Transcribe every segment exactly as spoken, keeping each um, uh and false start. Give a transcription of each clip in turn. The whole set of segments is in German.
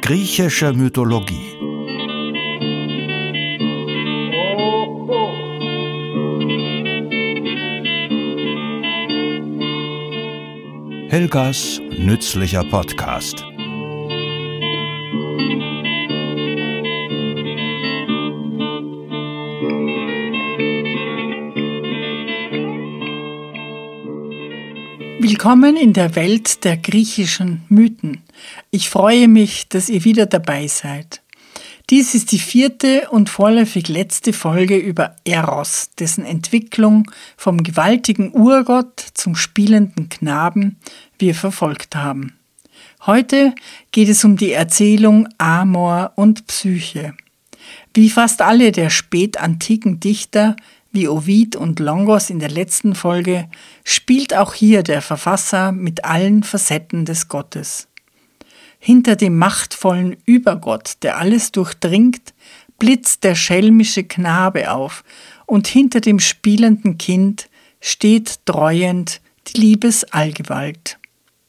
Griechische Mythologie. Helgas nützlicher Podcast. Willkommen in der Welt der griechischen Mythen. Ich freue mich, dass ihr wieder dabei seid. Dies ist die vierte und vorläufig letzte Folge über Eros, dessen Entwicklung vom gewaltigen Urgott zum spielenden Knaben wir verfolgt haben. Heute geht es um die Erzählung Amor und Psyche. Wie fast alle der spätantiken Dichter, wie Ovid und Longos in der letzten Folge, spielt auch hier der Verfasser mit allen Facetten des Gottes. Hinter dem machtvollen Übergott, der alles durchdringt, blitzt der schelmische Knabe auf, und hinter dem spielenden Kind steht treuend die Liebesallgewalt.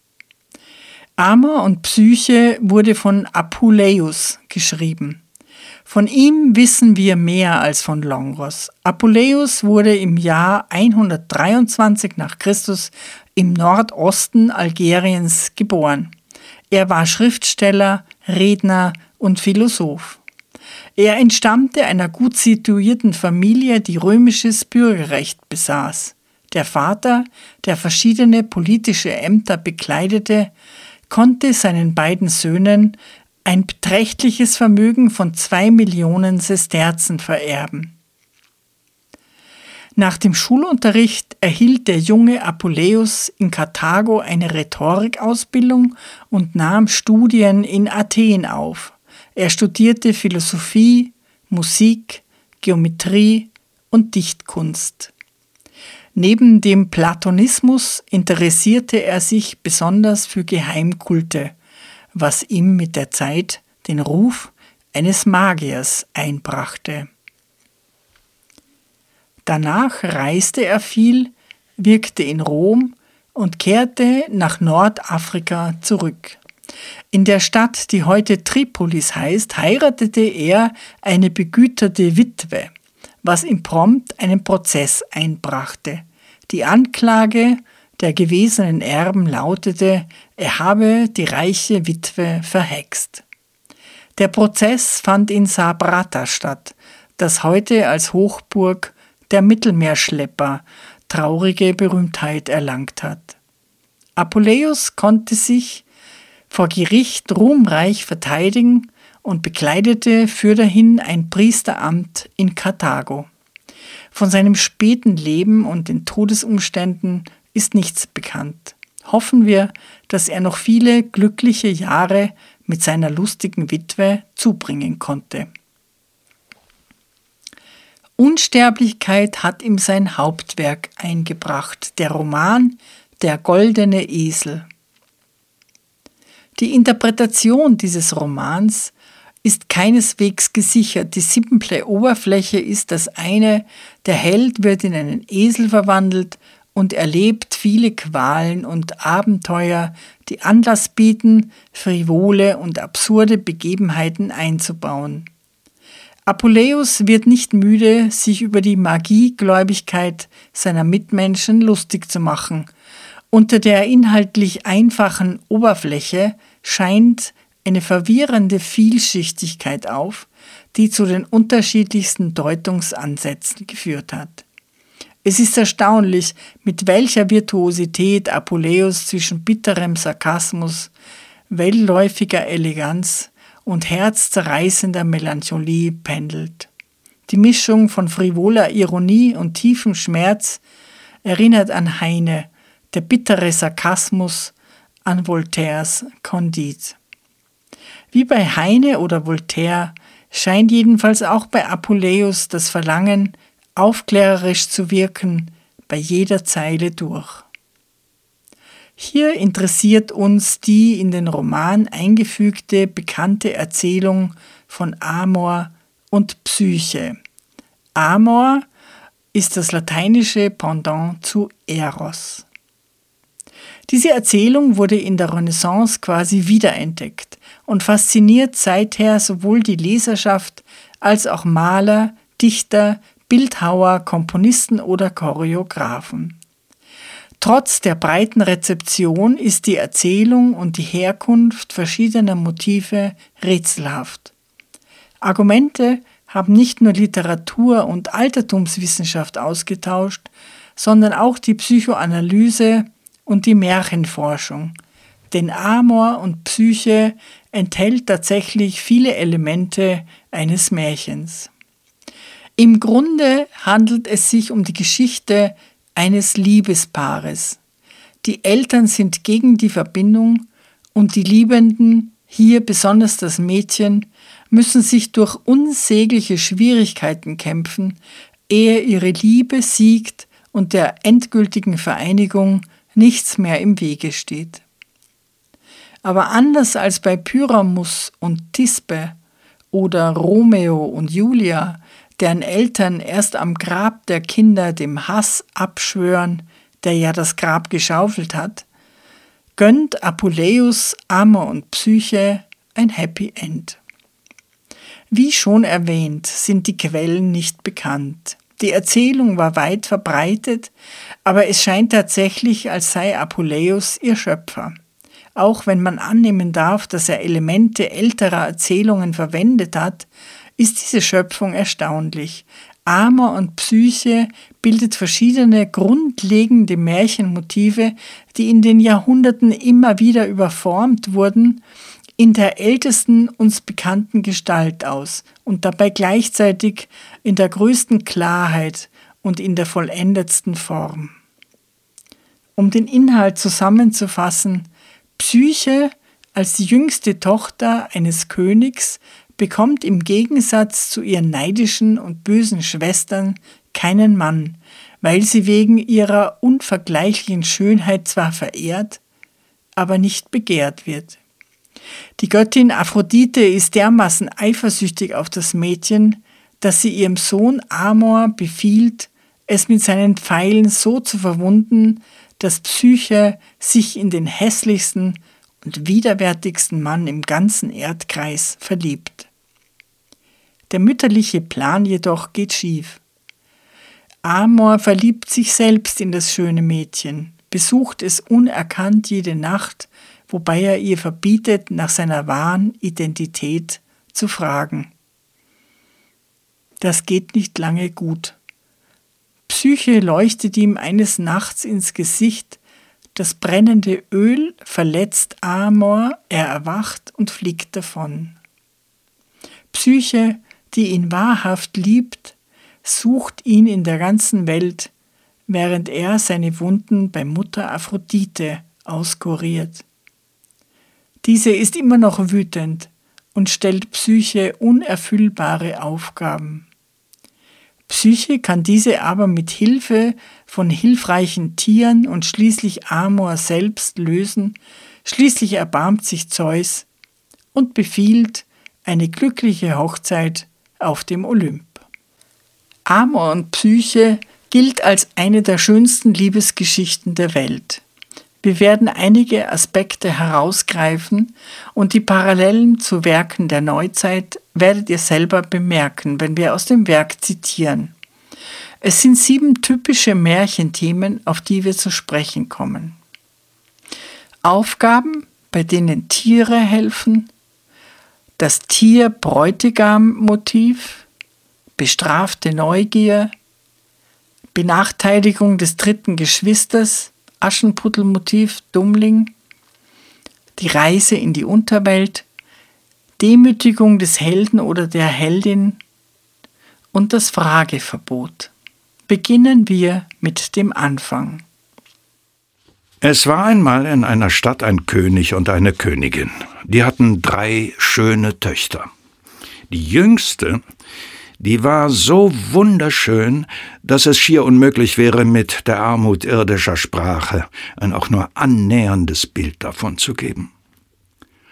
Amor und Psyche wurde von Apuleius geschrieben. Von ihm wissen wir mehr als von Longos. Apuleius wurde im Jahr hundertdreiundzwanzig nach Christus im Nordosten Algeriens geboren. Er war Schriftsteller, Redner und Philosoph. Er entstammte einer gut situierten Familie, die römisches Bürgerrecht besaß. Der Vater, der verschiedene politische Ämter bekleidete, konnte seinen beiden Söhnen ein beträchtliches Vermögen von zwei Millionen Sesterzen vererben. Nach dem Schulunterricht erhielt der junge Apuleius in Karthago eine Rhetorikausbildung und nahm Studien in Athen auf. Er studierte Philosophie, Musik, Geometrie und Dichtkunst. Neben dem Platonismus interessierte er sich besonders für Geheimkulte, was ihm mit der Zeit den Ruf eines Magiers einbrachte. Danach reiste er viel, wirkte in Rom und kehrte nach Nordafrika zurück. In der Stadt, die heute Tripolis heißt, heiratete er eine begüterte Witwe, was ihm prompt einen Prozess einbrachte. Die Anklage der gewesenen Erben lautete, er habe die reiche Witwe verhext. Der Prozess fand in Sabratha statt, das heute als Hochburg der Mittelmeerschlepper traurige Berühmtheit erlangt hat. Apuleius konnte sich vor Gericht ruhmreich verteidigen und bekleidete fürderhin ein Priesteramt in Karthago. Von seinem späten Leben und den Todesumständen ist nichts bekannt. Hoffen wir, dass er noch viele glückliche Jahre mit seiner lustigen Witwe zubringen konnte. Unsterblichkeit hat ihm sein Hauptwerk eingebracht, der Roman Der goldene Esel. Die Interpretation dieses Romans ist keineswegs gesichert. Die simple Oberfläche ist das eine, der Held wird in einen Esel verwandelt und erlebt viele Qualen und Abenteuer, die Anlass bieten, frivole und absurde Begebenheiten einzubauen. Apuleius wird nicht müde, sich über die Magiegläubigkeit seiner Mitmenschen lustig zu machen. Unter der inhaltlich einfachen Oberfläche scheint eine verwirrende Vielschichtigkeit auf, die zu den unterschiedlichsten Deutungsansätzen geführt hat. Es ist erstaunlich, mit welcher Virtuosität Apuleius zwischen bitterem Sarkasmus, welläufiger Eleganz und herzzerreißender Melancholie pendelt. Die Mischung von frivoler Ironie und tiefem Schmerz erinnert an Heine, der bittere Sarkasmus an Voltaires Candide. Wie bei Heine oder Voltaire scheint jedenfalls auch bei Apuleius das Verlangen, aufklärerisch zu wirken, bei jeder Zeile durch. Hier interessiert uns die in den Roman eingefügte bekannte Erzählung von Amor und Psyche. Amor ist das lateinische Pendant zu Eros. Diese Erzählung wurde in der Renaissance quasi wiederentdeckt und fasziniert seither sowohl die Leserschaft als auch Maler, Dichter, Bildhauer, Komponisten oder Choreografen. Trotz der breiten Rezeption ist die Erzählung und die Herkunft verschiedener Motive rätselhaft. Argumente haben nicht nur Literatur und Altertumswissenschaft ausgetauscht, sondern auch die Psychoanalyse und die Märchenforschung. Denn Amor und Psyche enthält tatsächlich viele Elemente eines Märchens. Im Grunde handelt es sich um die Geschichte eines Liebespaares. Die Eltern sind gegen die Verbindung und die Liebenden, hier besonders das Mädchen, müssen sich durch unsägliche Schwierigkeiten kämpfen, ehe ihre Liebe siegt und der endgültigen Vereinigung nichts mehr im Wege steht. Aber anders als bei Pyramus und Thisbe oder Romeo und Julia, deren Eltern erst am Grab der Kinder dem Hass abschwören, der ja das Grab geschaufelt hat, gönnt Apuleius Amor und Psyche ein Happy End. Wie schon erwähnt, sind die Quellen nicht bekannt. Die Erzählung war weit verbreitet, aber es scheint tatsächlich, als sei Apuleius ihr Schöpfer. Auch wenn man annehmen darf, dass er Elemente älterer Erzählungen verwendet hat, ist diese Schöpfung erstaunlich. Amor und Psyche bildet verschiedene grundlegende Märchenmotive, die in den Jahrhunderten immer wieder überformt wurden, in der ältesten uns bekannten Gestalt aus und dabei gleichzeitig in der größten Klarheit und in der vollendetsten Form. Um den Inhalt zusammenzufassen: Psyche als die jüngste Tochter eines Königs bekommt im Gegensatz zu ihren neidischen und bösen Schwestern keinen Mann, weil sie wegen ihrer unvergleichlichen Schönheit zwar verehrt, aber nicht begehrt wird. Die Göttin Aphrodite ist dermaßen eifersüchtig auf das Mädchen, dass sie ihrem Sohn Amor befiehlt, es mit seinen Pfeilen so zu verwunden, dass Psyche sich in den hässlichsten und widerwärtigsten Mann im ganzen Erdkreis verliebt. Der mütterliche Plan jedoch geht schief. Amor verliebt sich selbst in das schöne Mädchen, besucht es unerkannt jede Nacht, wobei er ihr verbietet, nach seiner wahren Identität zu fragen. Das geht nicht lange gut. Psyche leuchtet ihm eines Nachts ins Gesicht, das brennende Öl verletzt Amor, er erwacht und fliegt davon. Psyche, die ihn wahrhaft liebt, sucht ihn in der ganzen Welt, während er seine Wunden bei Mutter Aphrodite auskuriert. Diese ist immer noch wütend und stellt Psyche unerfüllbare Aufgaben. Psyche kann diese aber mit Hilfe von hilfreichen Tieren und schließlich Amor selbst lösen, schließlich erbarmt sich Zeus und befiehlt eine glückliche Hochzeit auf dem Olymp. Amor und Psyche gilt als eine der schönsten Liebesgeschichten der Welt. Wir werden einige Aspekte herausgreifen und die Parallelen zu Werken der Neuzeit werdet ihr selber bemerken, wenn wir aus dem Werk zitieren. Es sind sieben typische Märchenthemen, auf die wir zu sprechen kommen. Aufgaben, bei denen Tiere helfen, das Tier-Bräutigam-Motiv, bestrafte Neugier, Benachteiligung des dritten Geschwisters, Aschenputtelmotiv, Dummling, die Reise in die Unterwelt, Demütigung des Helden oder der Heldin und das Frageverbot. Beginnen wir mit dem Anfang. Es war einmal in einer Stadt ein König und eine Königin. Die hatten drei schöne Töchter. Die jüngste, die war so wunderschön, dass es schier unmöglich wäre, mit der Armut irdischer Sprache ein auch nur annäherndes Bild davon zu geben.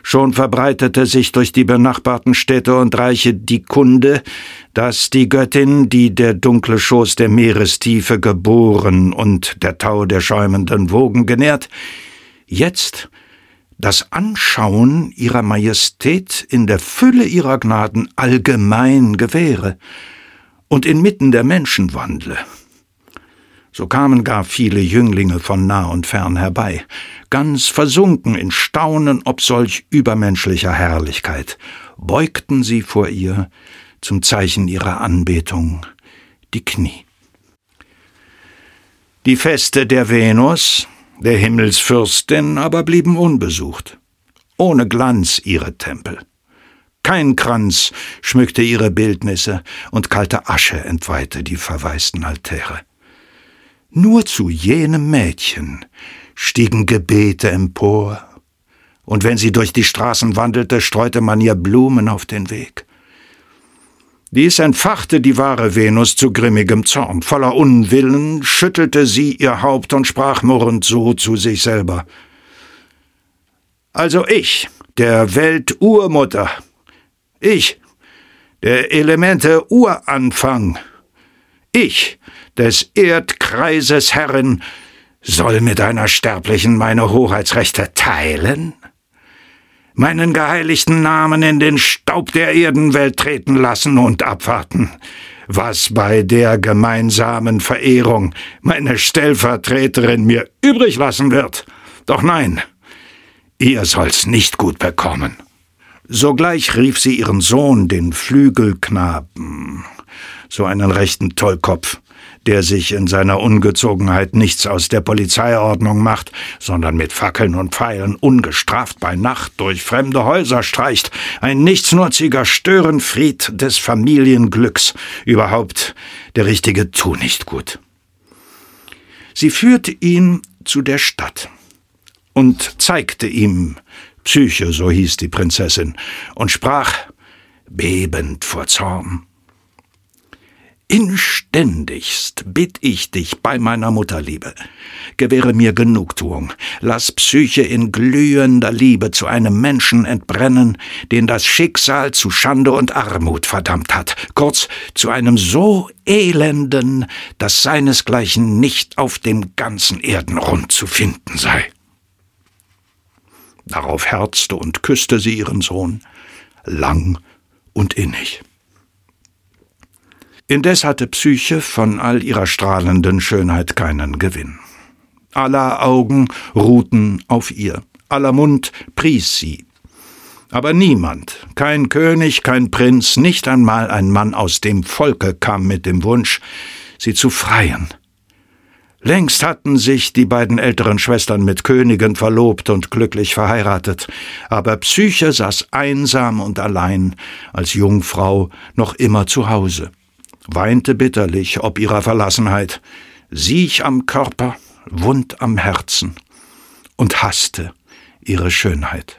Schon verbreitete sich durch die benachbarten Städte und Reiche die Kunde, dass die Göttin, die der dunkle Schoß der Meerestiefe geboren und der Tau der schäumenden Wogen genährt, jetzt das Anschauen ihrer Majestät in der Fülle ihrer Gnaden allgemein gewähre und inmitten der Menschen wandle. So kamen gar viele Jünglinge von nah und fern herbei, ganz versunken in Staunen ob solch übermenschlicher Herrlichkeit, beugten sie vor ihr zum Zeichen ihrer Anbetung die Knie. Die Feste der Venus, der Himmelsfürstin, aber blieben unbesucht, ohne Glanz ihre Tempel. Kein Kranz schmückte ihre Bildnisse und kalte Asche entweihte die verwaisten Altäre. Nur zu jenem Mädchen stiegen Gebete empor, und wenn sie durch die Straßen wandelte, streute man ihr Blumen auf den Weg. Dies entfachte die wahre Venus zu grimmigem Zorn. Voller Unwillen schüttelte sie ihr Haupt und sprach murrend so zu sich selber: Also ich, der Welt Urmutter, ich, der Elemente Uranfang, ich, des Erdkreises Herrin, soll mit einer Sterblichen meine Hoheitsrechte teilen? Meinen geheiligten Namen in den Staub der Erdenwelt treten lassen und abwarten, was bei der gemeinsamen Verehrung meine Stellvertreterin mir übrig lassen wird? Doch nein, ihr soll's nicht gut bekommen. Sogleich rief sie ihren Sohn, den Flügelknaben, so einen rechten Tollkopf, der sich in seiner Ungezogenheit nichts aus der Polizeiordnung macht, sondern mit Fackeln und Pfeilen ungestraft bei Nacht durch fremde Häuser streicht, ein nichtsnutziger Störenfried des Familienglücks, überhaupt der richtige Tunichtgut. Sie führte ihn zu der Stadt und zeigte ihm Psyche, so hieß die Prinzessin, und sprach, bebend vor Zorn: Inständigst bitt ich dich bei meiner Mutterliebe, gewähre mir Genugtuung, lass Psyche in glühender Liebe zu einem Menschen entbrennen, den das Schicksal zu Schande und Armut verdammt hat, kurz zu einem so elenden, dass seinesgleichen nicht auf dem ganzen Erdenrund zu finden sei. Darauf herzte und küsste sie ihren Sohn, lang und innig. Indes hatte Psyche von all ihrer strahlenden Schönheit keinen Gewinn. Aller Augen ruhten auf ihr, aller Mund pries sie. Aber niemand, kein König, kein Prinz, nicht einmal ein Mann aus dem Volke kam mit dem Wunsch, sie zu freien. Längst hatten sich die beiden älteren Schwestern mit Königen verlobt und glücklich verheiratet, aber Psyche saß einsam und allein als Jungfrau noch immer zu Hause, weinte bitterlich ob ihrer Verlassenheit, siech am Körper, wund am Herzen und hasste ihre Schönheit.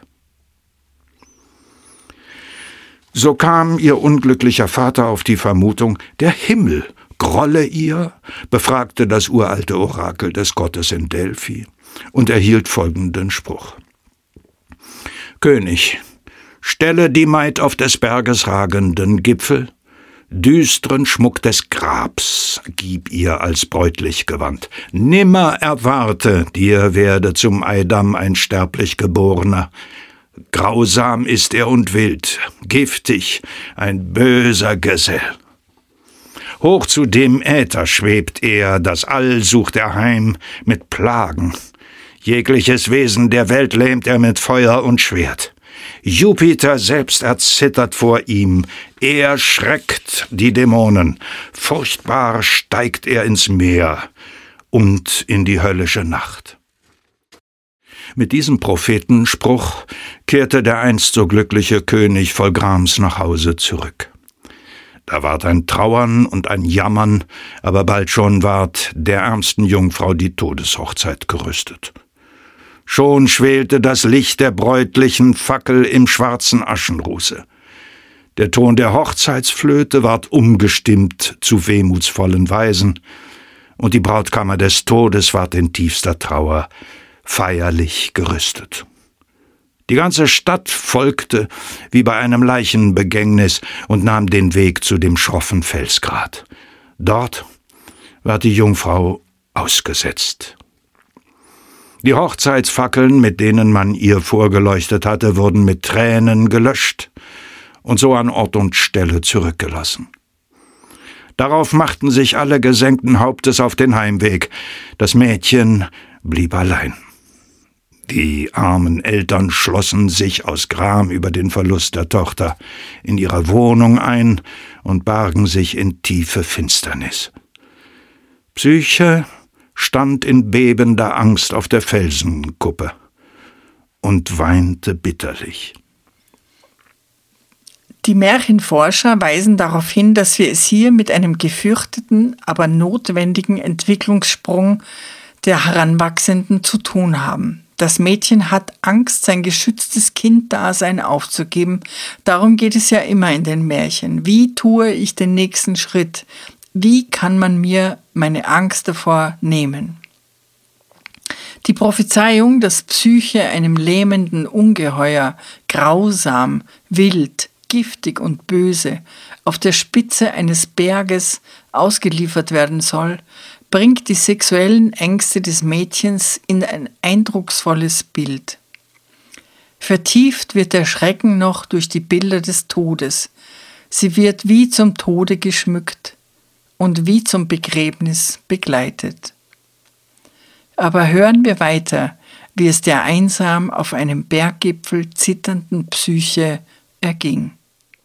So kam ihr unglücklicher Vater auf die Vermutung, der Himmel grolle ihr, befragte das uralte Orakel des Gottes in Delphi und erhielt folgenden Spruch: König, stelle die Maid auf des Berges ragenden Gipfel, düstren Schmuck des Grabs gib ihr als bräutlich Gewand. Nimmer erwarte, dir werde zum Eidam ein sterblich Geborener. Grausam ist er und wild, giftig, ein böser Gesell. Hoch zu dem Äther schwebt er, das All sucht er heim mit Plagen. Jegliches Wesen der Welt lähmt er mit Feuer und Schwert. Jupiter selbst erzittert vor ihm, er schreckt die Dämonen, furchtbar steigt er ins Meer und in die höllische Nacht. Mit diesem Prophetenspruch kehrte der einst so glückliche König voll Grams nach Hause zurück. Da ward ein Trauern und ein Jammern, aber bald schon ward der ärmsten Jungfrau die Todeshochzeit gerüstet. Schon schwelte das Licht der bräutlichen Fackel im schwarzen Aschenruße. Der Ton der Hochzeitsflöte ward umgestimmt zu wehmutsvollen Weisen, und die Brautkammer des Todes ward in tiefster Trauer feierlich gerüstet. Die ganze Stadt folgte wie bei einem Leichenbegängnis und nahm den Weg zu dem schroffen Felsgrat. Dort war die Jungfrau ausgesetzt. Die Hochzeitsfackeln, mit denen man ihr vorgeleuchtet hatte, wurden mit Tränen gelöscht und so an Ort und Stelle zurückgelassen. Darauf machten sich alle gesenkten Hauptes auf den Heimweg. Das Mädchen blieb allein. Die armen Eltern schlossen sich aus Gram über den Verlust der Tochter in ihrer Wohnung ein und bargen sich in tiefe Finsternis. Psyche stand in bebender Angst auf der Felsenkuppe und weinte bitterlich. Die Märchenforscher weisen darauf hin, dass wir es hier mit einem gefürchteten, aber notwendigen Entwicklungssprung der Heranwachsenden zu tun haben. Das Mädchen hat Angst, sein geschütztes Kinddasein aufzugeben. Darum geht es ja immer in den Märchen. Wie tue ich den nächsten Schritt? Wie kann man mir meine Angst davor nehmen? Die Prophezeiung, dass Psyche einem lähmenden Ungeheuer, grausam, wild, giftig und böse, auf der Spitze eines Berges ausgeliefert werden soll, bringt die sexuellen Ängste des Mädchens in ein eindrucksvolles Bild. Vertieft wird der Schrecken noch durch die Bilder des Todes. Sie wird wie zum Tode geschmückt und wie zum Begräbnis begleitet. Aber hören wir weiter, wie es der einsam auf einem Berggipfel zitternden Psyche erging.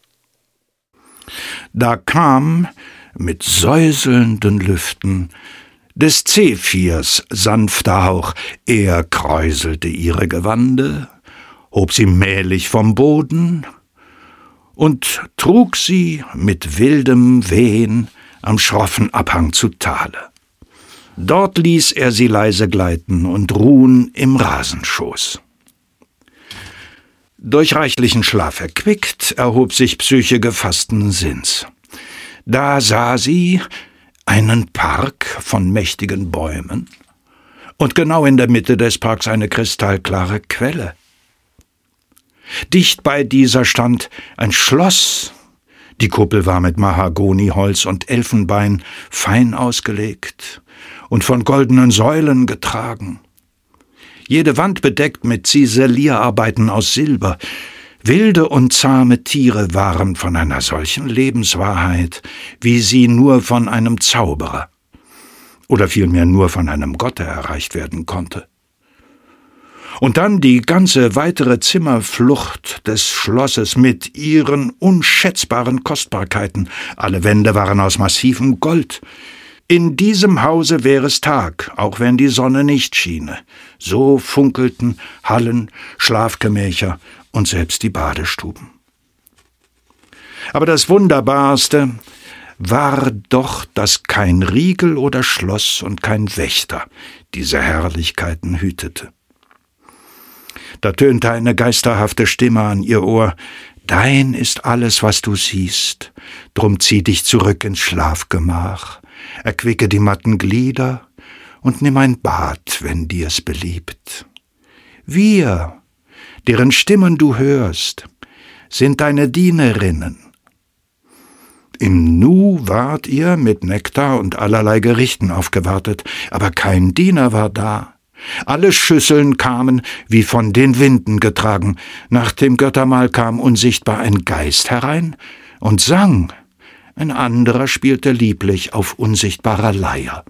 Da kam mit säuselnden Lüften des Zephyrs sanfter Hauch, er kräuselte ihre Gewande, hob sie mählich vom Boden und trug sie mit wildem Wehen am schroffen Abhang zu Tale. Dort ließ er sie leise gleiten und ruhen im Rasenschoß. Durch reichlichen Schlaf erquickt, erhob sich Psyche gefassten Sinns. Da sah sie einen Park von mächtigen Bäumen und genau in der Mitte des Parks eine kristallklare Quelle. Dicht bei dieser stand ein Schloss. Die Kuppel war mit Mahagoniholz und Elfenbein fein ausgelegt und von goldenen Säulen getragen. Jede Wand bedeckt mit Ziselierarbeiten aus Silber. Wilde und zahme Tiere waren von einer solchen Lebenswahrheit, wie sie nur von einem Zauberer oder vielmehr nur von einem Gotte erreicht werden konnte. Und dann die ganze weitere Zimmerflucht des Schlosses mit ihren unschätzbaren Kostbarkeiten. Alle Wände waren aus massivem Gold. In diesem Hause wäre es Tag, auch wenn die Sonne nicht schiene. So funkelten Hallen, Schlafgemächer und selbst die Badestuben. Aber das Wunderbarste war doch, dass kein Riegel oder Schloss und kein Wächter diese Herrlichkeiten hütete. Da tönte eine geisterhafte Stimme an ihr Ohr: »Dein ist alles, was du siehst, drum zieh dich zurück ins Schlafgemach, erquicke die matten Glieder und nimm ein Bad, wenn dir's beliebt. Wir, deren Stimmen du hörst, sind deine Dienerinnen.« Im Nu ward ihr mit Nektar und allerlei Gerichten aufgewartet, aber kein Diener war da. Alle Schüsseln kamen wie von den Winden getragen. Nach dem Göttermahl kam unsichtbar ein Geist herein und sang. Ein anderer spielte lieblich auf unsichtbarer Leier.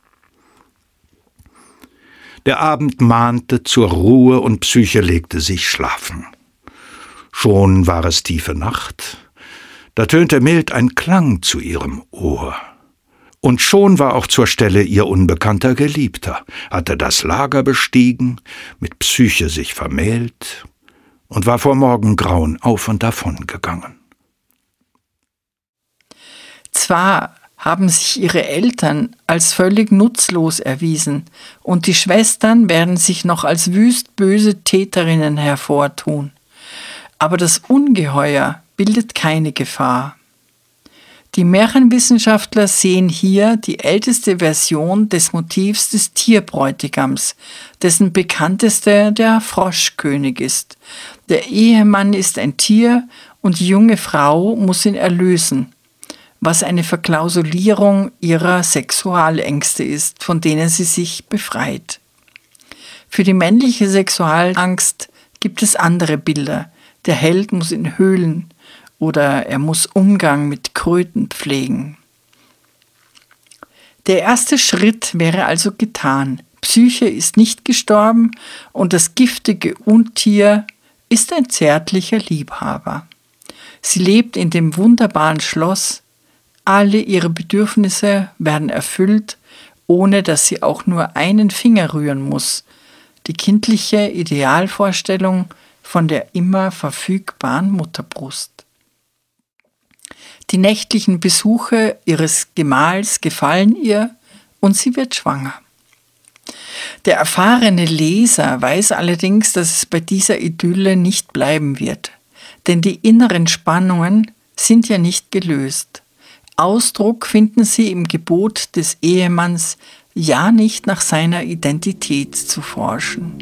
Der Abend mahnte zur Ruhe und Psyche legte sich schlafen. Schon war es tiefe Nacht. Da tönte mild ein Klang zu ihrem Ohr. Und schon war auch zur Stelle ihr unbekannter Geliebter, hatte das Lager bestiegen, mit Psyche sich vermählt und war vor Morgengrauen auf und davon gegangen. Zwar haben sich ihre Eltern als völlig nutzlos erwiesen und die Schwestern werden sich noch als wüst böse Täterinnen hervortun, aber das Ungeheuer bildet keine Gefahr. Die Märchenwissenschaftler sehen hier die älteste Version des Motivs des Tierbräutigams, dessen bekannteste der Froschkönig ist. Der Ehemann ist ein Tier und die junge Frau muss ihn erlösen, was eine Verklausulierung ihrer Sexualängste ist, von denen sie sich befreit. Für die männliche Sexualangst gibt es andere Bilder. Der Held muss in Höhlen oder er muss Umgang mit Kröten pflegen. Der erste Schritt wäre also getan. Psyche ist nicht gestorben und das giftige Untier ist ein zärtlicher Liebhaber. Sie lebt in dem wunderbaren Schloss. Alle ihre Bedürfnisse werden erfüllt, ohne dass sie auch nur einen Finger rühren muss. Die kindliche Idealvorstellung von der immer verfügbaren Mutterbrust. Die nächtlichen Besuche ihres Gemahls gefallen ihr und sie wird schwanger. Der erfahrene Leser weiß allerdings, dass es bei dieser Idylle nicht bleiben wird, denn die inneren Spannungen sind ja nicht gelöst. Ausdruck finden sie im Gebot des Ehemanns, ja nicht nach seiner Identität zu forschen.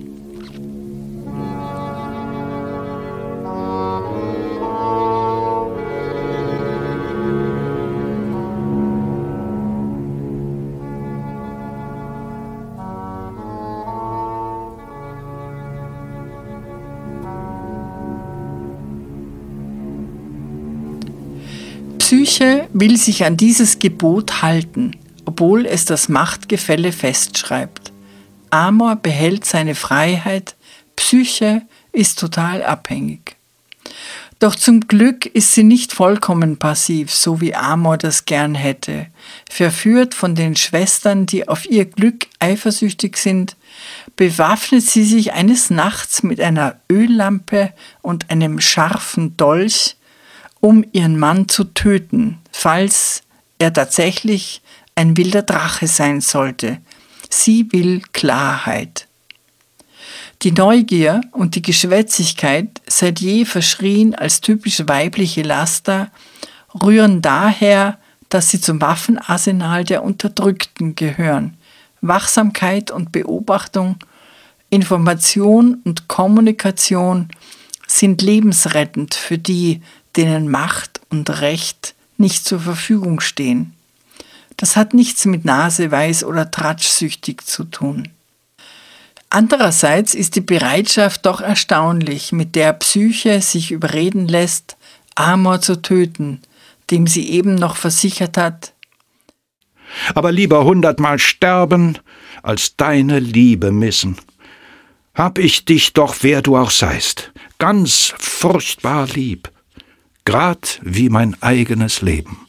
Psyche will sich an dieses Gebot halten, obwohl es das Machtgefälle festschreibt. Amor behält seine Freiheit, Psyche ist total abhängig. Doch zum Glück ist sie nicht vollkommen passiv, so wie Amor das gern hätte. Verführt von den Schwestern, die auf ihr Glück eifersüchtig sind, bewaffnet sie sich eines Nachts mit einer Öllampe und einem scharfen Dolch, um ihren Mann zu töten, falls er tatsächlich ein wilder Drache sein sollte. Sie will Klarheit. Die Neugier und die Geschwätzigkeit, seit je verschrien als typisch weibliche Laster, rühren daher, dass sie zum Waffenarsenal der Unterdrückten gehören. Wachsamkeit und Beobachtung, Information und Kommunikation sind lebensrettend für die, denen Macht und Recht nicht zur Verfügung stehen. Das hat nichts mit Naseweiß oder tratschsüchtig zu tun. Andererseits ist die Bereitschaft doch erstaunlich, mit der Psyche sich überreden lässt, Amor zu töten, dem sie eben noch versichert hat: Aber lieber hundertmal sterben, als deine Liebe missen. Hab ich dich doch, wer du auch seist, ganz furchtbar lieb, grad wie mein eigenes Leben.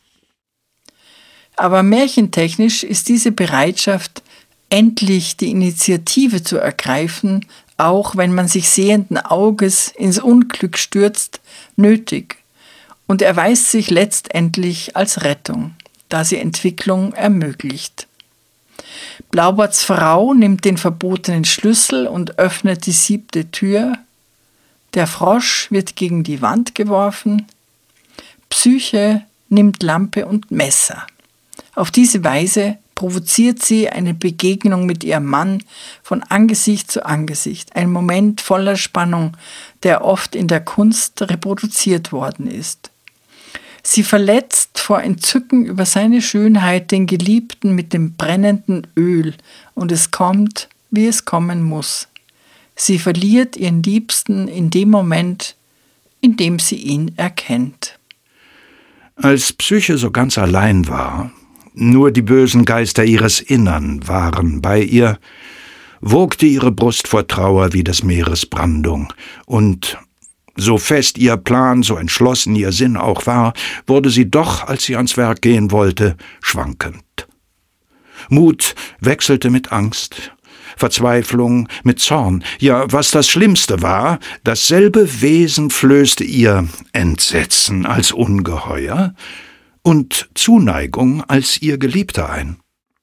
Aber märchentechnisch ist diese Bereitschaft, endlich die Initiative zu ergreifen, auch wenn man sich sehenden Auges ins Unglück stürzt, nötig und erweist sich letztendlich als Rettung, da sie Entwicklung ermöglicht. Blaubarts Frau nimmt den verbotenen Schlüssel und öffnet die siebte Tür. Der Frosch wird gegen die Wand geworfen. Psyche nimmt Lampe und Messer. Auf diese Weise provoziert sie eine Begegnung mit ihrem Mann von Angesicht zu Angesicht. Ein Moment voller Spannung, der oft in der Kunst reproduziert worden ist. Sie verletzt vor Entzücken über seine Schönheit den Geliebten mit dem brennenden Öl und es kommt, wie es kommen muss. Sie verliert ihren Liebsten in dem Moment, in dem sie ihn erkennt. Als Psyche so ganz allein war, nur die bösen Geister ihres Innern waren bei ihr, wogte ihre Brust vor Trauer wie des Meeres Brandung, und so fest ihr Plan, so entschlossen ihr Sinn auch war, wurde sie doch, als sie ans Werk gehen wollte, schwankend. Mut wechselte mit Angst, Verzweiflung mit Zorn. Ja, was das Schlimmste war, dasselbe Wesen flößte ihr Entsetzen als Ungeheuer und Zuneigung als ihr Geliebter ein.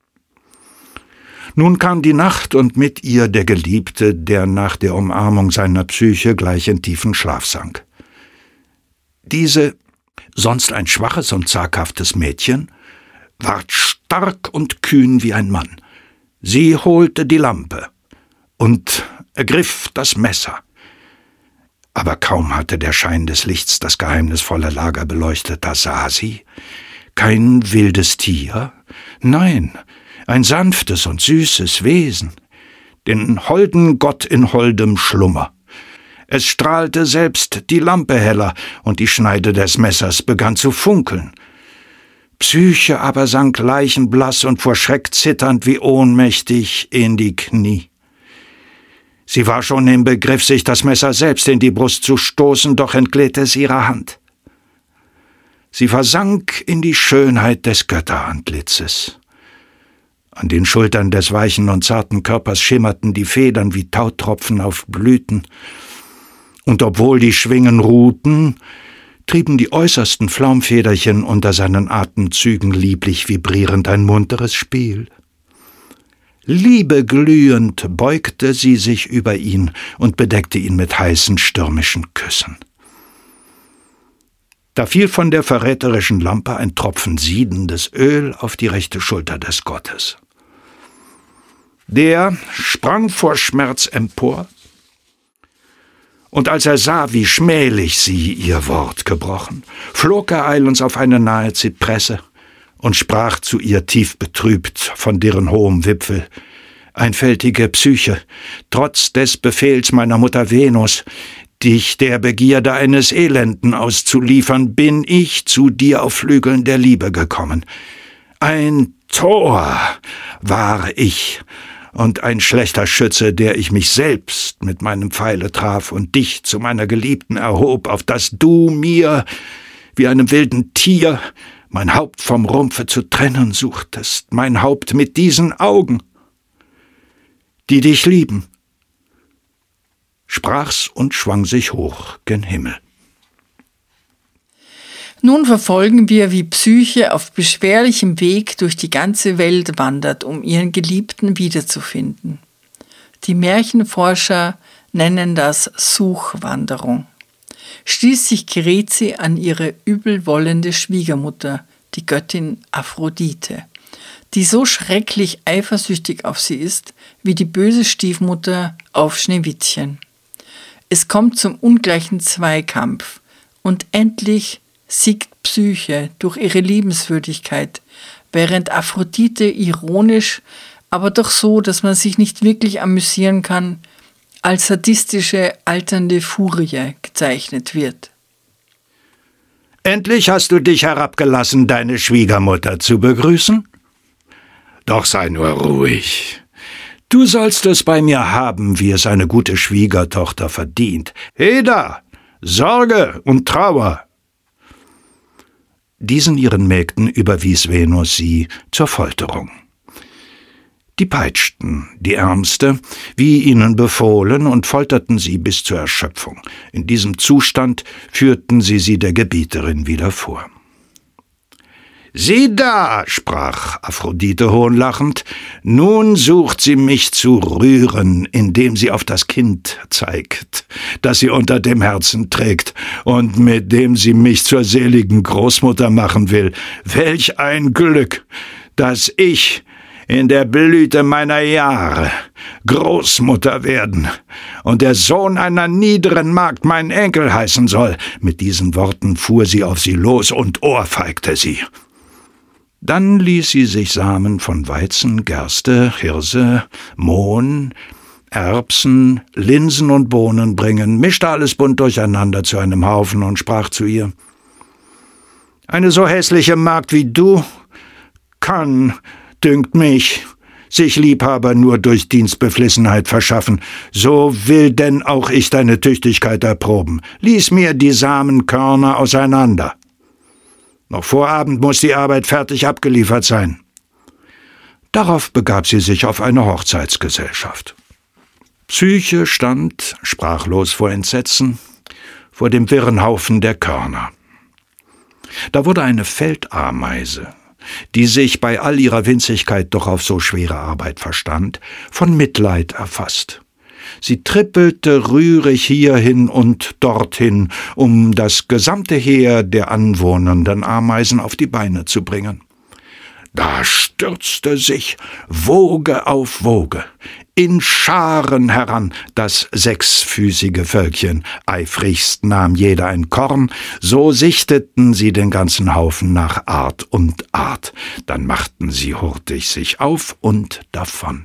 Nun kam die Nacht und mit ihr der Geliebte, der nach der Umarmung seiner Psyche gleich in tiefen Schlaf sank. Diese sonst ein schwaches und zaghaftes Mädchen, ward stark und kühn wie ein Mann. Sie holte die Lampe und ergriff das Messer. Aber kaum hatte der Schein des Lichts das geheimnisvolle Lager beleuchtet, da sah sie kein wildes Tier, nein, ein sanftes und süßes Wesen, den holden Gott in holdem Schlummer. Es strahlte selbst die Lampe heller, und die Schneide des Messers begann zu funkeln. Psyche aber sank leichenblass und vor Schreck zitternd wie ohnmächtig in die Knie. Sie war schon im Begriff, sich das Messer selbst in die Brust zu stoßen, doch entglitt es ihrer Hand. Sie versank in die Schönheit des Götterantlitzes. An den Schultern des weichen und zarten Körpers schimmerten die Federn wie Tautropfen auf Blüten, und obwohl die Schwingen ruhten, trieben die äußersten Flaumfederchen unter seinen Atemzügen lieblich vibrierend ein munteres Spiel. Liebeglühend beugte sie sich über ihn und bedeckte ihn mit heißen, stürmischen Küssen. Da fiel von der verräterischen Lampe ein Tropfen siedendes Öl auf die rechte Schulter des Gottes. Der sprang vor Schmerz empor, und als er sah, wie schmählich sie ihr Wort gebrochen, flog er eilends auf eine nahe Zypresse und sprach zu ihr tief betrübt von deren hohem Wipfel: Einfältige Psyche, trotz des Befehls meiner Mutter Venus, dich der Begierde eines Elenden auszuliefern, bin ich zu dir auf Flügeln der Liebe gekommen. Ein Tor war ich und ein schlechter Schütze, der ich mich selbst mit meinem Pfeile traf und dich zu meiner Geliebten erhob, auf dass du mir, wie einem wilden Tier, mein Haupt vom Rumpfe zu trennen suchtest, mein Haupt mit diesen Augen, die dich lieben. Sprach's und schwang sich hoch gen Himmel. Nun verfolgen wir, wie Psyche auf beschwerlichem Weg durch die ganze Welt wandert, um ihren Geliebten wiederzufinden. Die Märchenforscher nennen das Suchwanderung. Schließlich gerät sie an ihre übelwollende Schwiegermutter, die Göttin Aphrodite, die so schrecklich eifersüchtig auf sie ist, wie die böse Stiefmutter auf Schneewittchen. Es kommt zum ungleichen Zweikampf, und endlich siegt Psyche durch ihre Liebenswürdigkeit, während Aphrodite ironisch, aber doch so, dass man sich nicht wirklich amüsieren kann, als sadistische, alternde Furie gezeichnet wird. Endlich hast du dich herabgelassen, deine Schwiegermutter zu begrüßen? Doch sei nur ruhig. Du sollst es bei mir haben, wie es eine gute Schwiegertochter verdient. Heda, Sorge und Trauer. Diesen ihren Mägden überwies Venus sie zur Folterung. Die peitschten die Ärmste, wie ihnen befohlen, und folterten sie bis zur Erschöpfung. In diesem Zustand führten sie sie der Gebieterin wieder vor. »Sieh da«, sprach Aphrodite hohnlachend, »nun sucht sie mich zu rühren, indem sie auf das Kind zeigt, das sie unter dem Herzen trägt und mit dem sie mich zur seligen Großmutter machen will. Welch ein Glück, dass ich in der Blüte meiner Jahre Großmutter werden und der Sohn einer niederen Magd mein Enkel heißen soll.« Mit diesen Worten fuhr sie auf sie los und ohrfeigte sie. Dann ließ sie sich Samen von Weizen, Gerste, Hirse, Mohn, Erbsen, Linsen und Bohnen bringen, mischte alles bunt durcheinander zu einem Haufen und sprach zu ihr: »Eine so hässliche Magd wie du kann, dünkt mich, sich Liebhaber nur durch Dienstbeflissenheit verschaffen. So will denn auch ich deine Tüchtigkeit erproben. Lies mir die Samenkörner auseinander. Noch vor Abend muss die Arbeit fertig abgeliefert sein.« Darauf begab sie sich auf eine Hochzeitsgesellschaft. Psyche stand, sprachlos vor Entsetzen, vor dem wirren Haufen der Körner. Da wurde eine Feldameise, die sich bei all ihrer Winzigkeit doch auf so schwere Arbeit verstand, von Mitleid erfasst. Sie trippelte rührig hierhin und dorthin, um das gesamte Heer der anwohnenden Ameisen auf die Beine zu bringen. Da stürzte sich Woge auf Woge in Scharen heran das sechsfüßige Völkchen. Eifrigst nahm jeder ein Korn, so sichteten sie den ganzen Haufen nach Art und Art. Dann machten sie hurtig sich auf und davon.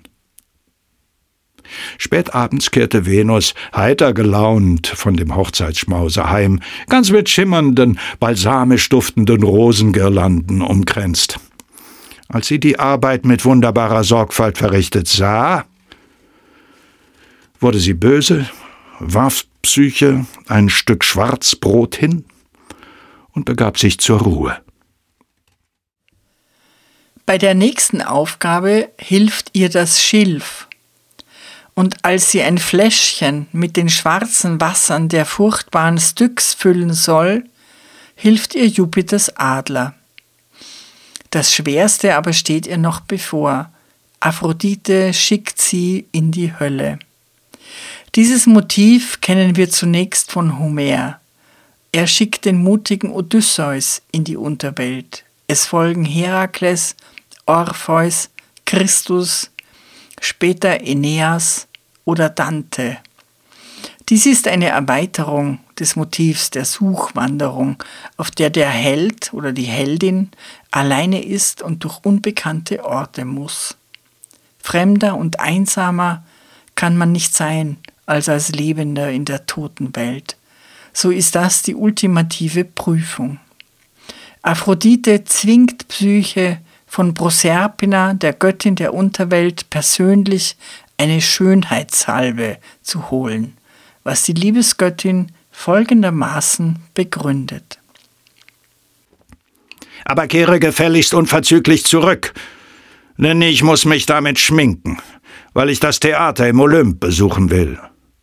Spät abends kehrte Venus heiter gelaunt von dem Hochzeitsschmause heim, ganz mit schimmernden, balsamisch duftenden Rosengirlanden umkränzt. Als sie die Arbeit mit wunderbarer Sorgfalt verrichtet sah, wurde sie böse, warf Psyche ein Stück Schwarzbrot hin und begab sich zur Ruhe. Bei der nächsten Aufgabe hilft ihr das Schilf. Und als sie ein Fläschchen mit den schwarzen Wassern der furchtbaren Styx füllen soll, hilft ihr Jupiters Adler. Das Schwerste aber steht ihr noch bevor. Aphrodite schickt sie in die Hölle. Dieses Motiv kennen wir zunächst von Homer. Er schickt den mutigen Odysseus in die Unterwelt. Es folgen Herakles, Orpheus, Christus, später Aeneas oder Dante. Dies ist eine Erweiterung des Motivs der Suchwanderung, auf der der Held oder die Heldin alleine ist und durch unbekannte Orte muss. Fremder und einsamer kann man nicht sein als als Lebender in der Totenwelt. So ist das die ultimative Prüfung. Aphrodite zwingt Psyche von Proserpina, der Göttin der Unterwelt, persönlich eine Schönheitssalbe zu holen, was die Liebesgöttin folgendermaßen begründet. Aber kehre gefälligst unverzüglich zurück, denn ich muss mich damit schminken, weil ich das Theater im Olymp besuchen will.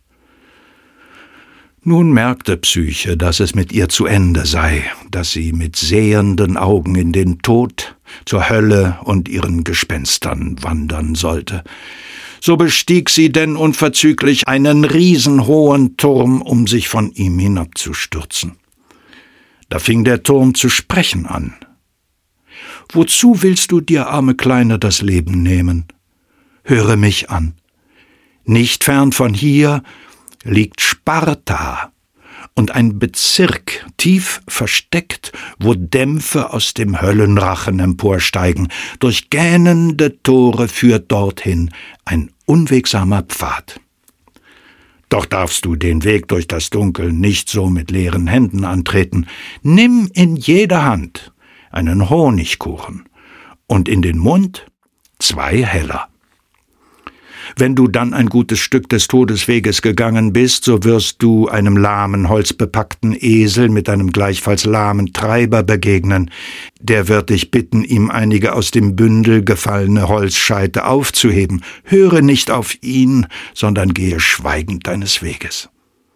Nun merkte Psyche, dass es mit ihr zu Ende sei, dass sie mit sehenden Augen in den Tod, zur Hölle und ihren Gespenstern wandern sollte. So bestieg sie denn unverzüglich einen riesenhohen Turm, um sich von ihm hinabzustürzen. Da fing der Turm zu sprechen an. »Wozu willst du dir, arme Kleine, das Leben nehmen? Höre mich an. Nicht fern von hier liegt Sparta und ein Bezirk, tief versteckt, wo Dämpfe aus dem Höllenrachen emporsteigen. Durch gähnende Tore führt dorthin ein unwegsamer Pfad. Doch darfst du den Weg durch das Dunkel nicht so mit leeren Händen antreten. Nimm in jeder Hand einen Honigkuchen und in den Mund zwei Heller. Wenn du dann ein gutes Stück des Todesweges gegangen bist, so wirst du einem lahmen, holzbepackten Esel mit einem gleichfalls lahmen Treiber begegnen. Der wird dich bitten, ihm einige aus dem Bündel gefallene Holzscheite aufzuheben. Höre nicht auf ihn, sondern gehe schweigend deines Weges.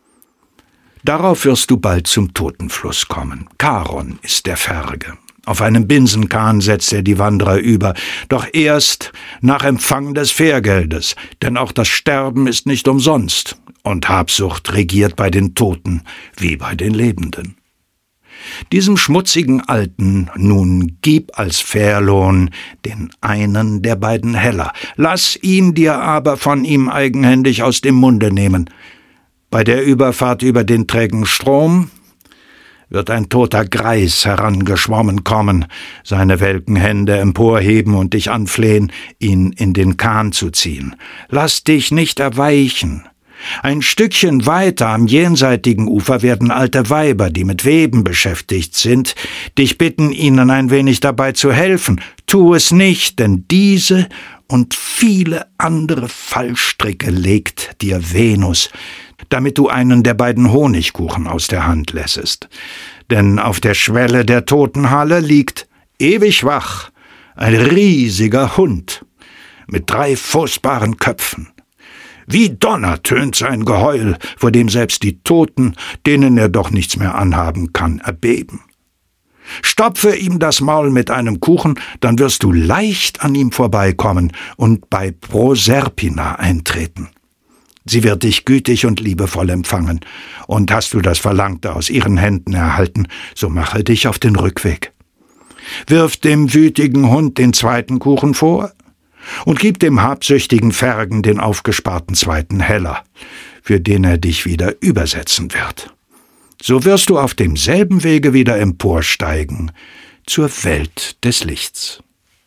Darauf wirst du bald zum Totenfluss kommen. Charon ist der Ferge. Auf einem Binsenkahn setzt er die Wanderer über, doch erst nach Empfang des Fährgeldes, denn auch das Sterben ist nicht umsonst, und Habsucht regiert bei den Toten wie bei den Lebenden. Diesem schmutzigen Alten nun gib als Fährlohn den einen der beiden Heller, lass ihn dir aber von ihm eigenhändig aus dem Munde nehmen. Bei der Überfahrt über den trägen Strom wird ein toter Greis herangeschwommen kommen, seine welken Hände emporheben und dich anflehen, ihn in den Kahn zu ziehen. Lass dich nicht erweichen. Ein Stückchen weiter am jenseitigen Ufer werden alte Weiber, die mit Weben beschäftigt sind, dich bitten, ihnen ein wenig dabei zu helfen. Tu es nicht, denn diese und viele andere Fallstricke legt dir Venus, damit du einen der beiden Honigkuchen aus der Hand lässest. Denn auf der Schwelle der Totenhalle liegt, ewig wach, ein riesiger Hund mit drei furchtbaren Köpfen. Wie Donner tönt sein Geheul, vor dem selbst die Toten, denen er doch nichts mehr anhaben kann, erbeben. Stopfe ihm das Maul mit einem Kuchen, dann wirst du leicht an ihm vorbeikommen und bei Proserpina eintreten. Sie wird dich gütig und liebevoll empfangen. Und hast du das Verlangte aus ihren Händen erhalten, so mache dich auf den Rückweg. Wirf dem wütigen Hund den zweiten Kuchen vor und gib dem habsüchtigen Fergen den aufgesparten zweiten Heller, für den er dich wieder übersetzen wird. So wirst du auf demselben Wege wieder emporsteigen zur Welt des Lichts.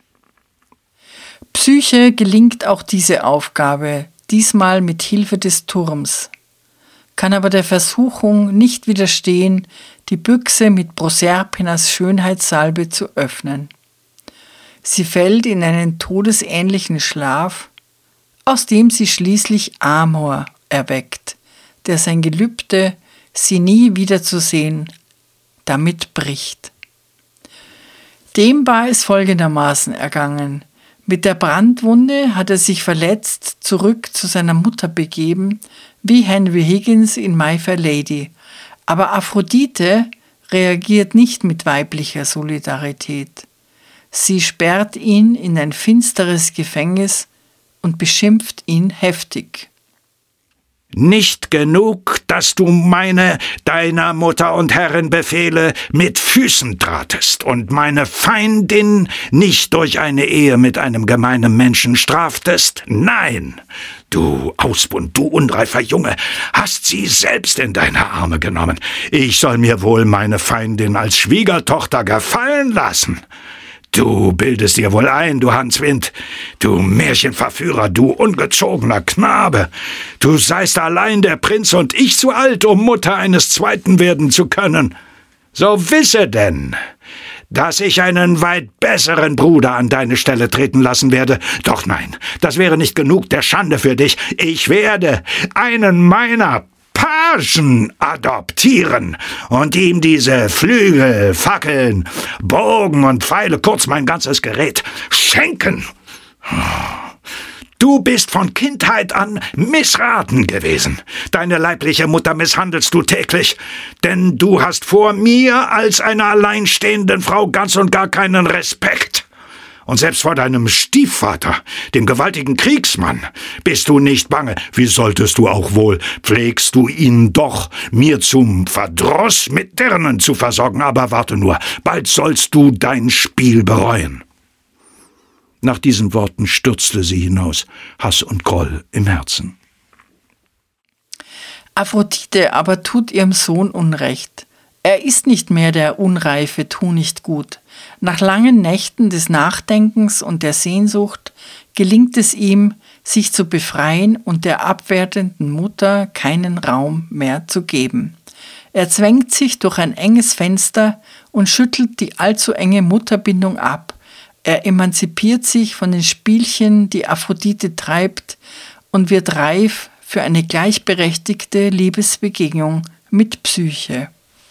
Psyche gelingt auch diese Aufgabe, diesmal mit Hilfe des Turms, kann aber der Versuchung nicht widerstehen, die Büchse mit Proserpinas Schönheitssalbe zu öffnen. Sie fällt in einen todesähnlichen Schlaf, aus dem sie schließlich Amor erweckt, der sein Gelübde, sie nie wiederzusehen, damit bricht. Dem war es folgendermaßen ergangen. Mit der Brandwunde hat er sich verletzt zurück zu seiner Mutter begeben, wie Henry Higgins in My Fair Lady. Aber Aphrodite reagiert nicht mit weiblicher Solidarität. Sie sperrt ihn in ein finsteres Gefängnis und beschimpft ihn heftig. Nicht genug, dass du meine, deiner Mutter und Herrin Befehle mit Füßen tratest und meine Feindin nicht durch eine Ehe mit einem gemeinen Menschen straftest? Nein, du Ausbund, du unreifer Junge, hast sie selbst in deine Arme genommen. Ich soll mir wohl meine Feindin als Schwiegertochter gefallen lassen. Du bildest dir wohl ein, du Hanswind, du Märchenverführer, du ungezogener Knabe. Du seist allein der Prinz und ich zu alt, um Mutter eines Zweiten werden zu können. So wisse denn, dass ich einen weit besseren Bruder an deine Stelle treten lassen werde. Doch nein, das wäre nicht genug der Schande für dich. Ich werde einen meiner Pagen adoptieren und ihm diese Flügel, Fackeln, Bogen und Pfeile, kurz mein ganzes Gerät, schenken. Du bist von Kindheit an missraten gewesen. Deine leibliche Mutter misshandelst du täglich, denn du hast vor mir als einer alleinstehenden Frau ganz und gar keinen Respekt. Und selbst vor deinem Stiefvater, dem gewaltigen Kriegsmann, bist du nicht bange. Wie solltest du auch wohl? Pflegst du ihn doch, mir zum Verdruss mit Dirnen zu versorgen. Aber warte nur, bald sollst du dein Spiel bereuen. Nach diesen Worten stürzte sie hinaus, Hass und Groll im Herzen. Aphrodite aber tut ihrem Sohn Unrecht. Er ist nicht mehr der unreife Tu-nicht-gut. Nach langen Nächten des Nachdenkens und der Sehnsucht gelingt es ihm, sich zu befreien und der abwertenden Mutter keinen Raum mehr zu geben. Er zwängt sich durch ein enges Fenster und schüttelt die allzu enge Mutterbindung ab. Er emanzipiert sich von den Spielchen, die Aphrodite treibt, und wird reif für eine gleichberechtigte Liebesbegegnung mit Psyche.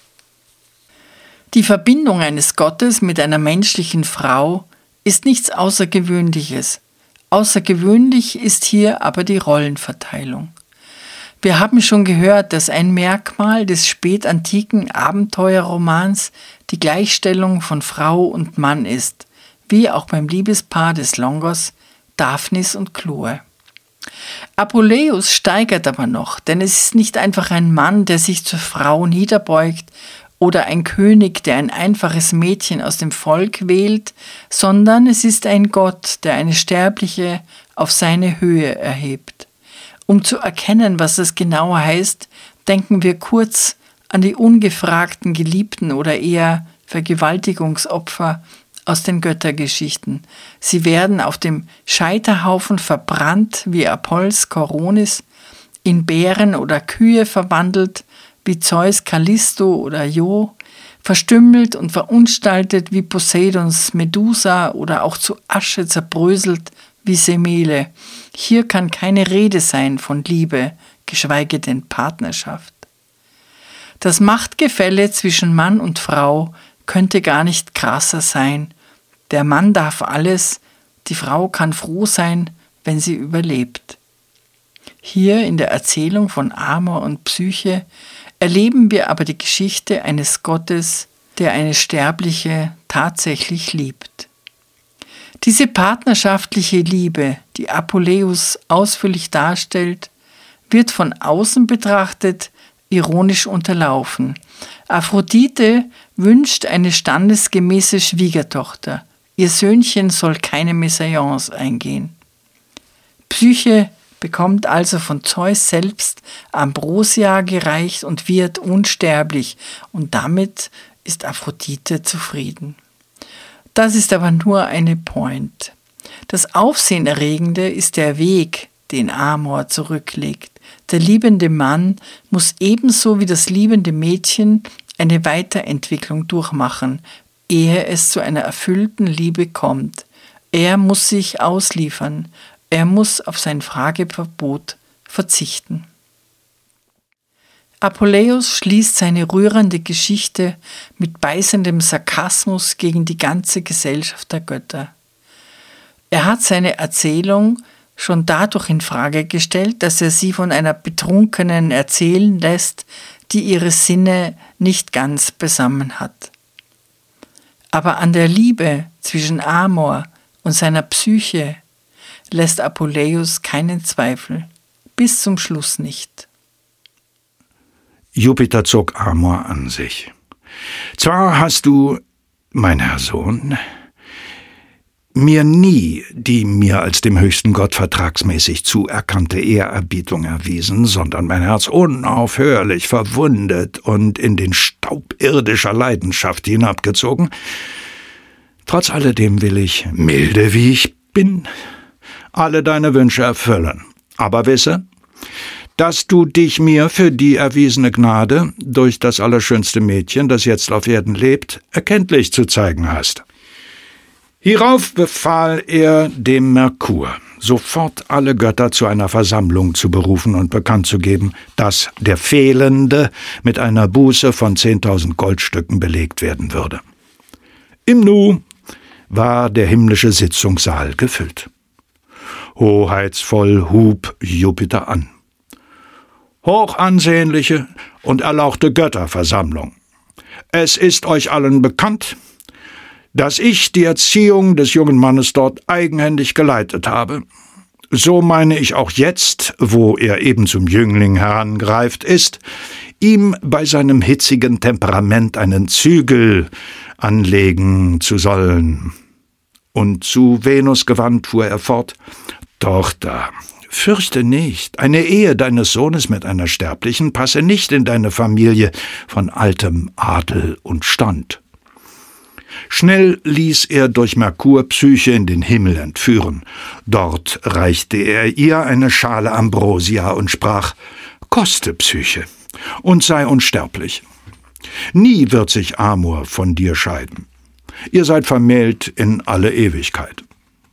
Die Verbindung eines Gottes mit einer menschlichen Frau ist nichts Außergewöhnliches. Außergewöhnlich ist hier aber die Rollenverteilung. Wir haben schon gehört, dass ein Merkmal des spätantiken Abenteuerromans die Gleichstellung von Frau und Mann ist, wie auch beim Liebespaar des Longos, Daphnis und Chloe. Apuleius steigert aber noch, denn es ist nicht einfach ein Mann, der sich zur Frau niederbeugt, oder ein König, der ein einfaches Mädchen aus dem Volk wählt, sondern es ist ein Gott, der eine Sterbliche auf seine Höhe erhebt. Um zu erkennen, was das genauer heißt, denken wir kurz an die ungefragten Geliebten oder eher Vergewaltigungsopfer aus den Göttergeschichten. Sie werden auf dem Scheiterhaufen verbrannt wie Apollos Koronis, in Bären oder Kühe verwandelt, wie Zeus Callisto oder Io, verstümmelt und verunstaltet wie Poseidons Medusa oder auch zu Asche zerbröselt wie Semele. Hier kann keine Rede sein von Liebe, geschweige denn Partnerschaft. Das Machtgefälle zwischen Mann und Frau könnte gar nicht krasser sein. Der Mann darf alles, die Frau kann froh sein, wenn sie überlebt. Hier in der Erzählung von Amor und Psyche erleben wir aber die Geschichte eines Gottes, der eine Sterbliche tatsächlich liebt. Diese partnerschaftliche Liebe, die Apuleius ausführlich darstellt, wird von außen betrachtet ironisch unterlaufen. Aphrodite wünscht eine standesgemäße Schwiegertochter. Ihr Söhnchen soll keine Mesalliance eingehen. Psyche bekommt also von Zeus selbst Ambrosia gereicht und wird unsterblich, und damit ist Aphrodite zufrieden. Das ist aber nur eine Point. Das Aufsehenerregende ist der Weg, den Amor zurücklegt. Der liebende Mann muss ebenso wie das liebende Mädchen eine Weiterentwicklung durchmachen, ehe es zu einer erfüllten Liebe kommt. Er muss sich ausliefern. Er muss auf sein Frageverbot verzichten. Apuleius schließt seine rührende Geschichte mit beißendem Sarkasmus gegen die ganze Gesellschaft der Götter. Er hat seine Erzählung schon dadurch in Frage gestellt, dass er sie von einer Betrunkenen erzählen lässt, die ihre Sinne nicht ganz besammen hat. Aber an der Liebe zwischen Amor und seiner Psyche lässt Apuleius keinen Zweifel, bis zum Schluss nicht. Jupiter zog Amor an sich. Zwar hast du, mein Herr Sohn, mir nie die mir als dem höchsten Gott vertragsmäßig zuerkannte Ehrerbietung erwiesen, sondern mein Herz unaufhörlich verwundet und in den Staub irdischer Leidenschaft hinabgezogen. Trotz alledem will ich, milde wie ich bin, alle deine Wünsche erfüllen. Aber wisse, dass du dich mir für die erwiesene Gnade durch das allerschönste Mädchen, das jetzt auf Erden lebt, erkenntlich zu zeigen hast. Hierauf befahl er dem Merkur, sofort alle Götter zu einer Versammlung zu berufen und bekannt zu geben, dass der Fehlende mit einer Buße von zehntausend Goldstücken belegt werden würde. Im Nu war der himmlische Sitzungssaal gefüllt. Hoheitsvoll hub Jupiter an. Hochansehnliche und erlauchte Götterversammlung, es ist euch allen bekannt, dass ich die Erziehung des jungen Mannes dort eigenhändig geleitet habe. So meine ich auch jetzt, wo er eben zum Jüngling herangereift ist, ihm bei seinem hitzigen Temperament einen Zügel anlegen zu sollen. Und zu Venus gewandt fuhr er fort: Tochter, fürchte nicht, eine Ehe deines Sohnes mit einer Sterblichen passe nicht in deine Familie von altem Adel und Stand. Schnell ließ er durch Merkur Psyche in den Himmel entführen. Dort reichte er ihr eine Schale Ambrosia und sprach: Koste, Psyche, und sei unsterblich. Nie wird sich Amor von dir scheiden. Ihr seid vermählt in alle Ewigkeit.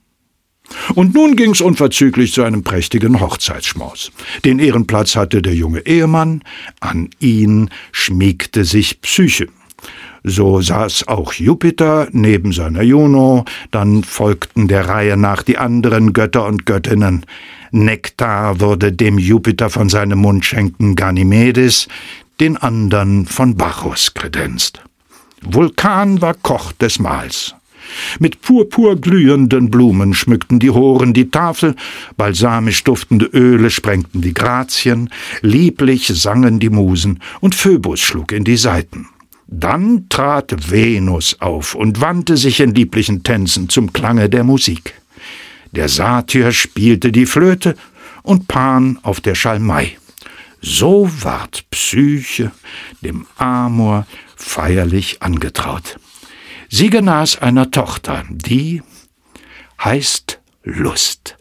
Und nun ging's unverzüglich zu einem prächtigen Hochzeitsschmaus. Den Ehrenplatz hatte der junge Ehemann, an ihn schmiegte sich Psyche. So saß auch Jupiter neben seiner Juno, dann folgten der Reihe nach die anderen Götter und Göttinnen. Nektar wurde dem Jupiter von seinem Mund schenken Ganymedes, den andern von Bacchus kredenzt. Vulkan war Koch des Mahls. Mit purpurglühenden Blumen schmückten die Horen die Tafel, balsamisch duftende Öle sprengten die Grazien, lieblich sangen die Musen und Phöbus schlug in die Saiten. Dann trat Venus auf und wandte sich in lieblichen Tänzen zum Klange der Musik. Der Satyr spielte die Flöte und Pan auf der Schalmei. So ward Psyche dem Amor feierlich angetraut. Sie genas einer Tochter, die heißt Lust.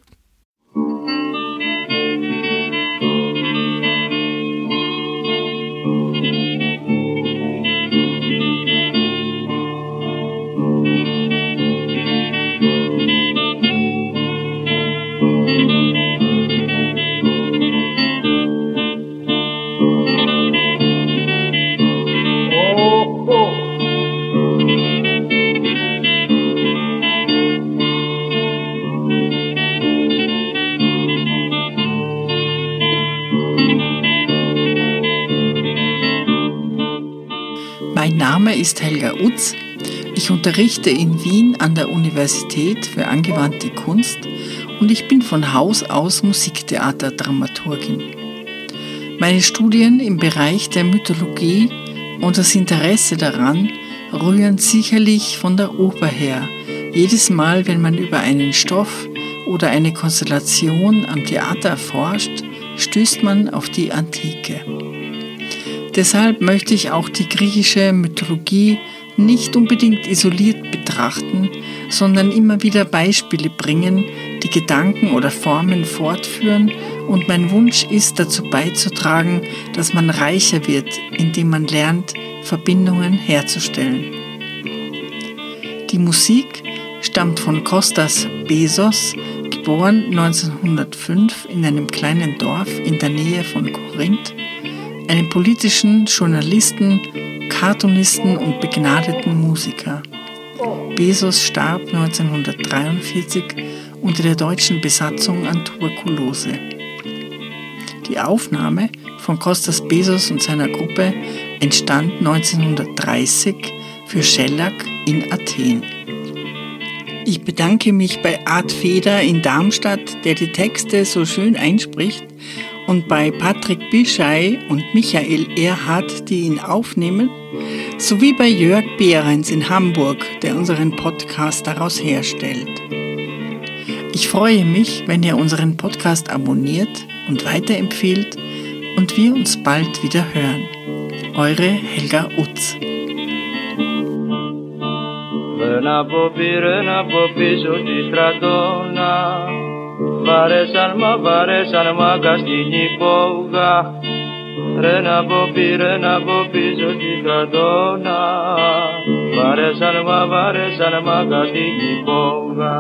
Mein Name ist Helga Utz. Ich unterrichte in Wien an der Universität für angewandte Kunst und ich bin von Haus aus Musiktheaterdramaturgin. Meine Studien im Bereich der Mythologie und das Interesse daran rühren sicherlich von der Oper her. Jedes Mal, wenn man über einen Stoff oder eine Konstellation am Theater erforscht, stößt man auf die Antike. Deshalb möchte ich auch die griechische Mythologie nicht unbedingt isoliert betrachten, sondern immer wieder Beispiele bringen, die Gedanken oder Formen fortführen, und mein Wunsch ist, dazu beizutragen, dass man reicher wird, indem man lernt, Verbindungen herzustellen. Die Musik stammt von Kostas Bezos, geboren neunzehnhundertfünf in einem kleinen Dorf in der Nähe von Korinth, einem politischen Journalisten, Cartoonisten und begnadeten Musiker. Bezos starb neunzehnhundertdreiundvierzig unter der deutschen Besatzung an Tuberkulose. Die Aufnahme von Kostas Bezos und seiner Gruppe entstand neunzehnhundertdreißig für Schellack in Athen. Ich bedanke mich bei Art Feder in Darmstadt, der die Texte so schön einspricht, und bei Patrick Bischei und Michael Erhardt, die ihn aufnehmen, sowie bei Jörg Behrens in Hamburg, der unseren Podcast daraus herstellt. Ich freue mich, wenn ihr unseren Podcast abonniert und weiterempfehlt und wir uns bald wieder hören. Eure Helga Utz. Ένα από πήρε, ένα από πίσω τη στρατόνα. Βαρέσαν μα, βαρέσαν μάγκα στην υπόγα. Ρε να από πήρε, να από πίσω τη στρατόνα. Βαρέσαν μα, βαρέσαν μάγκα στην υπόγα.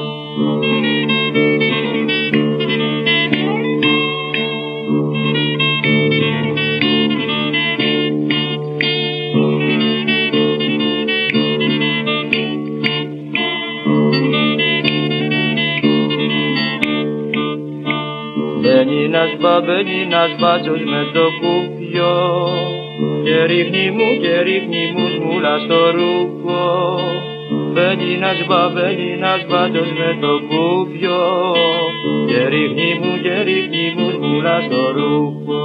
Μπαίνει ένας μπα, μπαίνει ένας μπάτσος με το κουπιό και ρίχνει μου και ρίχνει μου σμούλα στο ρούχο. Μπαίνει ένας μπα, μπαίνει ένας μπάτσος με το κουπιό και ρίχνει μου και ρίχνει μου σμούλα στο ρούχο.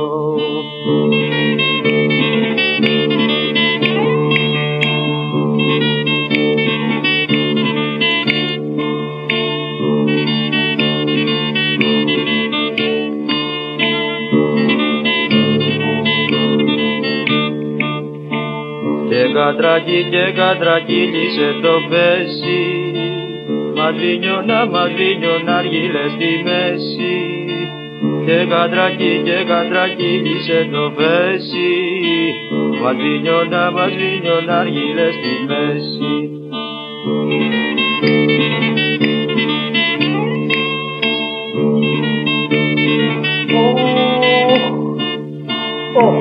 Και κατρακί και κατρακύλισε το πέσι, μαδρίνιωνα, μαδρίνιωνα αργύλες στη μέση. Και κατρακί και κατρακύλισε το πέσι, μαδρίνιωνα, μαδρίνιωνα αργύλες στη μέση. Oh, oh.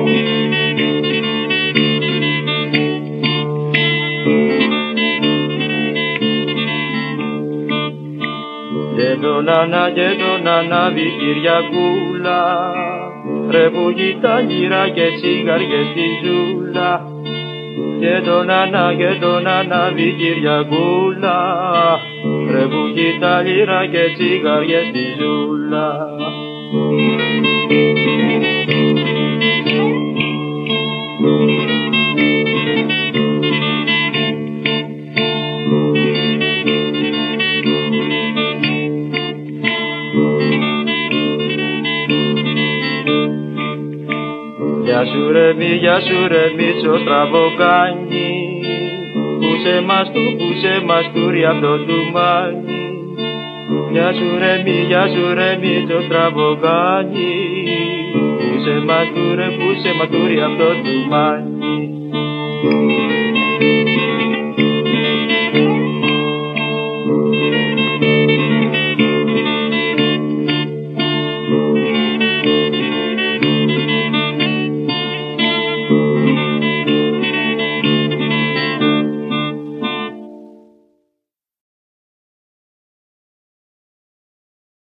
Και τον Ανά και τον ανάβει Κυριακούλα, ρε που γητά γύρα και τσιγάριες στη ζούλα. Και τον Ανά και τον ανάβει Κυριακούλα, ρε που γητά γύρα και τσιγάριες στη ζούλα. Γεια σου ρε μη, γεια σου ρε Μίτσο στραβοκάνι, πούσε μας του, πούσε μας τούρι απ' το τουμάνι. Γεια σου ρε μη, γεια σου ρε Μίτσο στραβοκάνι, πούσε μας του ρε, πούσε μας τούρι απ' το τουμάνι.